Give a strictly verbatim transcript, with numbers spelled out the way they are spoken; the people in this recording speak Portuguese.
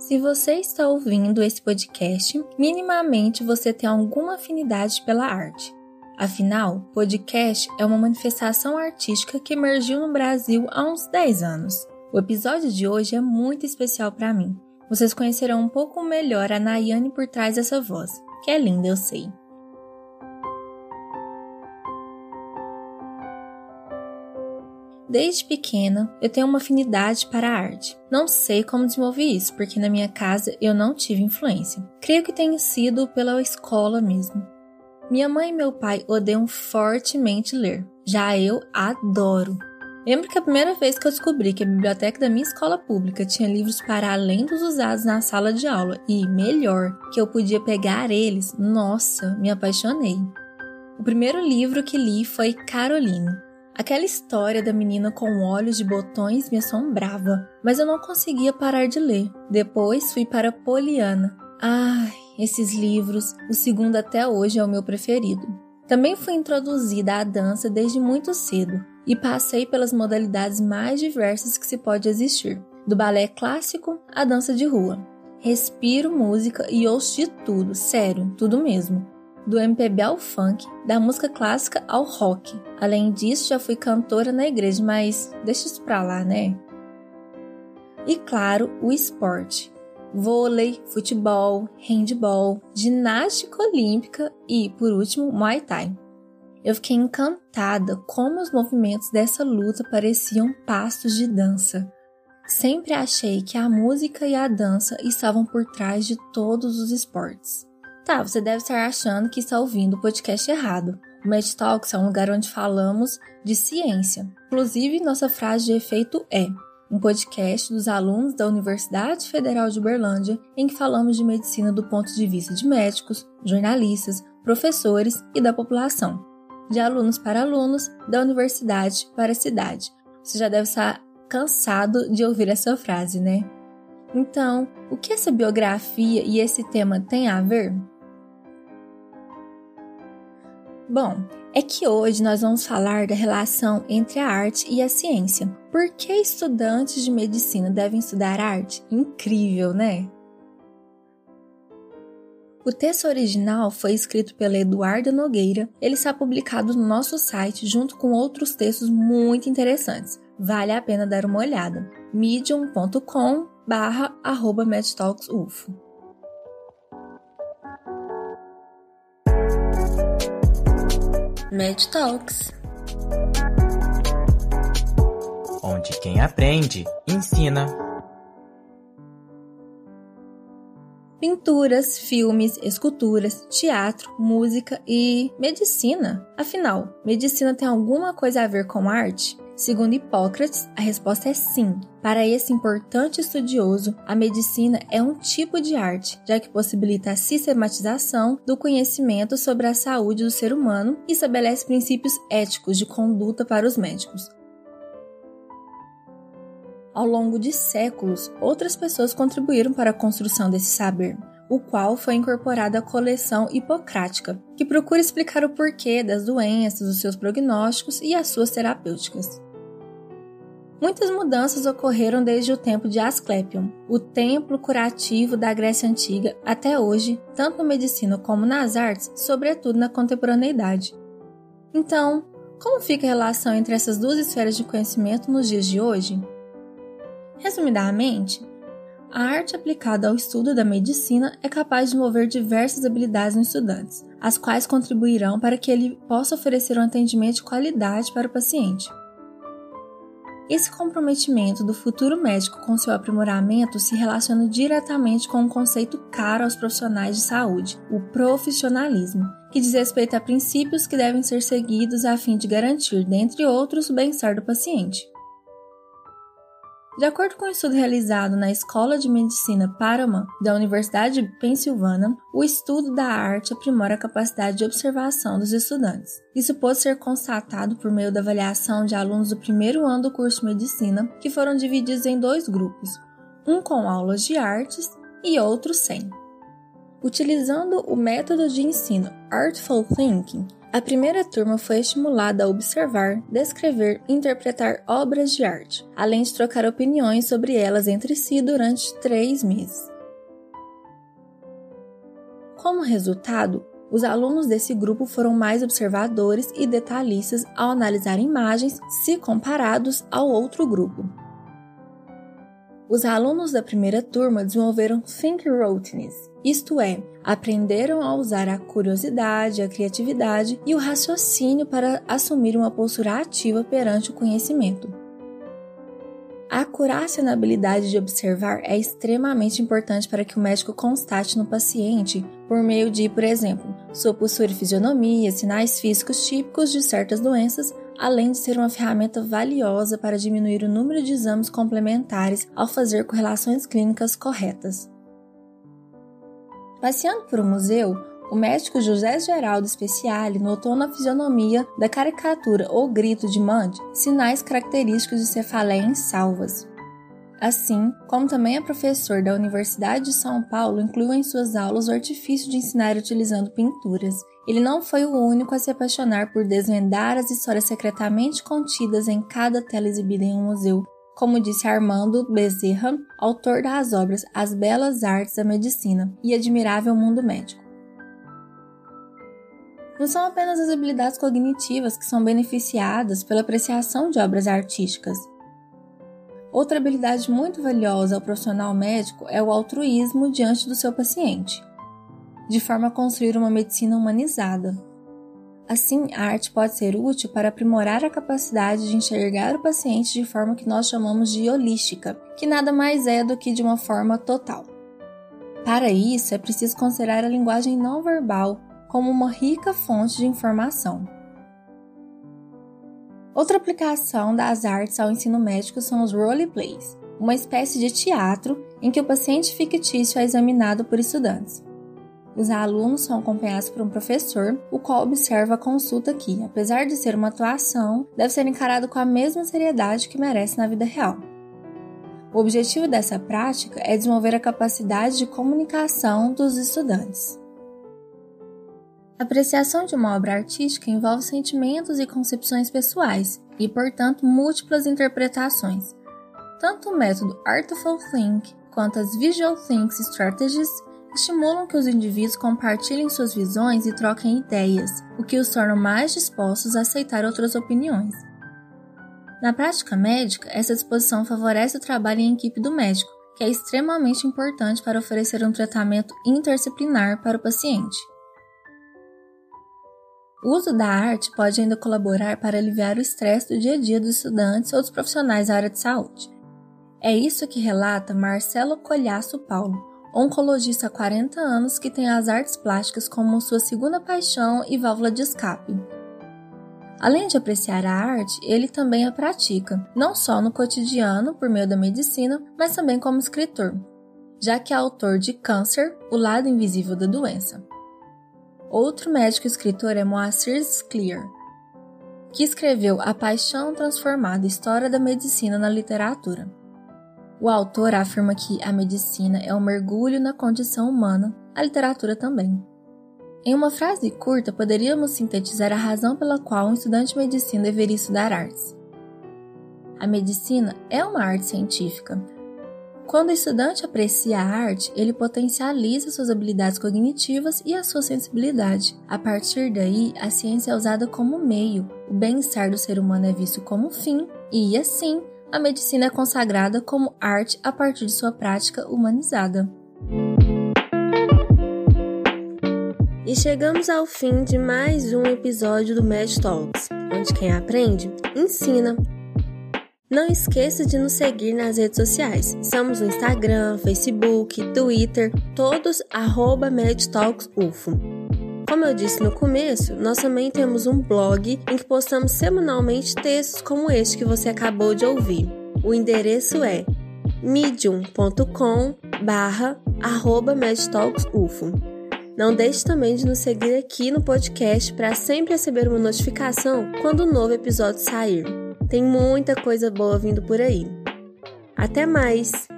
Se você está ouvindo esse podcast, minimamente você tem alguma afinidade pela arte. Afinal, podcast é uma manifestação artística que emergiu no Brasil há uns dez anos. O episódio de hoje é muito especial para mim. Vocês conhecerão um pouco melhor a Nayane por trás dessa voz, que é linda, eu sei. Desde pequena, eu tenho uma afinidade para a arte. Não sei como desenvolver isso, porque na minha casa eu não tive influência. Creio que tenha sido pela escola mesmo. Minha mãe e meu pai odeiam fortemente ler. Já eu adoro. Lembro que a primeira vez que eu descobri que a biblioteca da minha escola pública tinha livros para além dos usados na sala de aula e, melhor, que eu podia pegar eles, nossa, me apaixonei. O primeiro livro que li foi Caroline. Aquela história da menina com olhos de botões me assombrava, mas eu não conseguia parar de ler. Depois fui para Poliana. Ai, esses livros, o segundo até hoje é o meu preferido. Também fui introduzida à dança desde muito cedo e passei pelas modalidades mais diversas que se pode existir, do balé clássico à dança de rua. Respiro música e ouço de tudo, sério, tudo mesmo. Do M P B ao funk, da música clássica ao rock. Além disso, já fui cantora na igreja, mas deixa isso pra lá, né? E claro, o esporte. Vôlei, futebol, handball, ginástica olímpica e, por último, Muay Thai. Eu fiquei encantada como os movimentos dessa luta pareciam passos de dança. Sempre achei que a música e a dança estavam por trás de todos os esportes. Tá, você deve estar achando que está ouvindo o podcast errado. O Med Talks é um lugar onde falamos de ciência. Inclusive, nossa frase de efeito é um podcast dos alunos da Universidade Federal de Uberlândia em que falamos de medicina do ponto de vista de médicos, jornalistas, professores e da população. De alunos para alunos, da universidade para a cidade. Você já deve estar cansado de ouvir essa frase, né? Então, o que essa biografia e esse tema têm a ver? Bom, é que hoje nós vamos falar da relação entre a arte e a ciência. Por que estudantes de medicina devem estudar arte? Incrível, né? O texto original foi escrito pela Eduarda Nogueira. Ele está publicado no nosso site junto com outros textos muito interessantes. Vale a pena dar uma olhada. medium ponto com barra arroba medtalksufo. Med Talks, onde quem aprende, ensina. Pinturas, filmes, esculturas, teatro, música e medicina. Afinal, medicina tem alguma coisa a ver com arte? Segundo Hipócrates, a resposta é sim. Para esse importante estudioso, a medicina é um tipo de arte, já que possibilita a sistematização do conhecimento sobre a saúde do ser humano e estabelece princípios éticos de conduta para os médicos. Ao longo de séculos, outras pessoas contribuíram para a construção desse saber, o qual foi incorporado à coleção hipocrática, que procura explicar o porquê das doenças, os seus prognósticos e as suas terapêuticas. Muitas mudanças ocorreram desde o tempo de Asclepion, o templo curativo da Grécia Antiga, até hoje, tanto na medicina como nas artes, sobretudo na contemporaneidade. Então, como fica a relação entre essas duas esferas de conhecimento nos dias de hoje? Resumidamente, a arte aplicada ao estudo da medicina é capaz de envolver diversas habilidades nos estudantes, as quais contribuirão para que ele possa oferecer um atendimento de qualidade para o paciente. Esse comprometimento do futuro médico com seu aprimoramento se relaciona diretamente com um conceito caro aos profissionais de saúde, o profissionalismo, que diz respeito a princípios que devem ser seguidos a fim de garantir, dentre outros, o bem-estar do paciente. De acordo com um estudo realizado na Escola de Medicina Paraman, da Universidade de Pensilvânia, o estudo da arte aprimora a capacidade de observação dos estudantes. Isso pôde ser constatado por meio da avaliação de alunos do primeiro ano do curso de Medicina, que foram divididos em dois grupos, um com aulas de artes e outro sem. Utilizando o método de ensino Artful Thinking, a primeira turma foi estimulada a observar, descrever e interpretar obras de arte, além de trocar opiniões sobre elas entre si durante três meses. Como resultado, os alunos desse grupo foram mais observadores e detalhistas ao analisar imagens se comparados ao outro grupo. Os alunos da primeira turma desenvolveram think routines, isto é, aprenderam a usar a curiosidade, a criatividade e o raciocínio para assumir uma postura ativa perante o conhecimento. A acurácia na habilidade de observar é extremamente importante para que o médico constate no paciente por meio de, por exemplo, sua postura e fisionomia, sinais físicos típicos de certas doenças, além de ser uma ferramenta valiosa para diminuir o número de exames complementares ao fazer correlações clínicas corretas. Passeando por um museu, o médico José Geraldo Speciale notou na fisionomia da caricatura ou grito de Mudge sinais característicos de cefaleia em salvas. Assim, como também é professor da Universidade de São Paulo, incluiu em suas aulas o artifício de ensinar utilizando pinturas. Ele não foi o único a se apaixonar por desvendar as histórias secretamente contidas em cada tela exibida em um museu, como disse Armando Bezerra, autor das obras As Belas Artes da Medicina e Admirável Mundo Médico. Não são apenas as habilidades cognitivas que são beneficiadas pela apreciação de obras artísticas. Outra habilidade muito valiosa ao profissional médico é o altruísmo diante do seu paciente, de forma a construir uma medicina humanizada. Assim, a arte pode ser útil para aprimorar a capacidade de enxergar o paciente de forma que nós chamamos de holística, que nada mais é do que de uma forma total. Para isso, é preciso considerar a linguagem não verbal como uma rica fonte de informação. Outra aplicação das artes ao ensino médico são os roleplays, uma espécie de teatro em que o paciente fictício é examinado por estudantes. Os alunos são acompanhados por um professor, o qual observa a consulta que, apesar de ser uma atuação, deve ser encarado com a mesma seriedade que merece na vida real. O objetivo dessa prática é desenvolver a capacidade de comunicação dos estudantes. A apreciação de uma obra artística envolve sentimentos e concepções pessoais e, portanto, múltiplas interpretações. Tanto o método Artful Think quanto as Visual Think Strategies estimulam que os indivíduos compartilhem suas visões e troquem ideias, o que os torna mais dispostos a aceitar outras opiniões. Na prática médica, essa disposição favorece o trabalho em equipe do médico, que é extremamente importante para oferecer um tratamento interdisciplinar para o paciente. O uso da arte pode ainda colaborar para aliviar o estresse do dia a dia dos estudantes ou dos profissionais da área de saúde. É isso que relata Marcelo Colhaço Paulo, oncologista há quarenta anos que tem as artes plásticas como sua segunda paixão e válvula de escape. Além de apreciar a arte, ele também a pratica, não só no cotidiano por meio da medicina, mas também como escritor, já que é autor de Câncer, o lado invisível da doença. Outro médico e escritor é Moacir Scliar, que escreveu A Paixão Transformada, História da Medicina na Literatura. O autor afirma que a medicina é um mergulho na condição humana, a literatura também. Em uma frase curta, poderíamos sintetizar a razão pela qual um estudante de medicina deveria estudar artes. A medicina é uma arte científica. Quando o estudante aprecia a arte, ele potencializa suas habilidades cognitivas e a sua sensibilidade. A partir daí, a ciência é usada como meio, o bem-estar do ser humano é visto como fim e, assim, a medicina é consagrada como arte a partir de sua prática humanizada. E chegamos ao fim de mais um episódio do Med Talks, onde quem aprende, ensina. Não esqueça de nos seguir nas redes sociais. Estamos no Instagram, Facebook, Twitter, todos arroba medtalksufo. Como eu disse no começo, nós também temos um blog em que postamos semanalmente textos como este que você acabou de ouvir. O endereço é medium.com barra arroba medtalksufo. Não deixe também de nos seguir aqui no podcast para sempre receber uma notificação quando um novo episódio sair. Tem muita coisa boa vindo por aí. Até mais!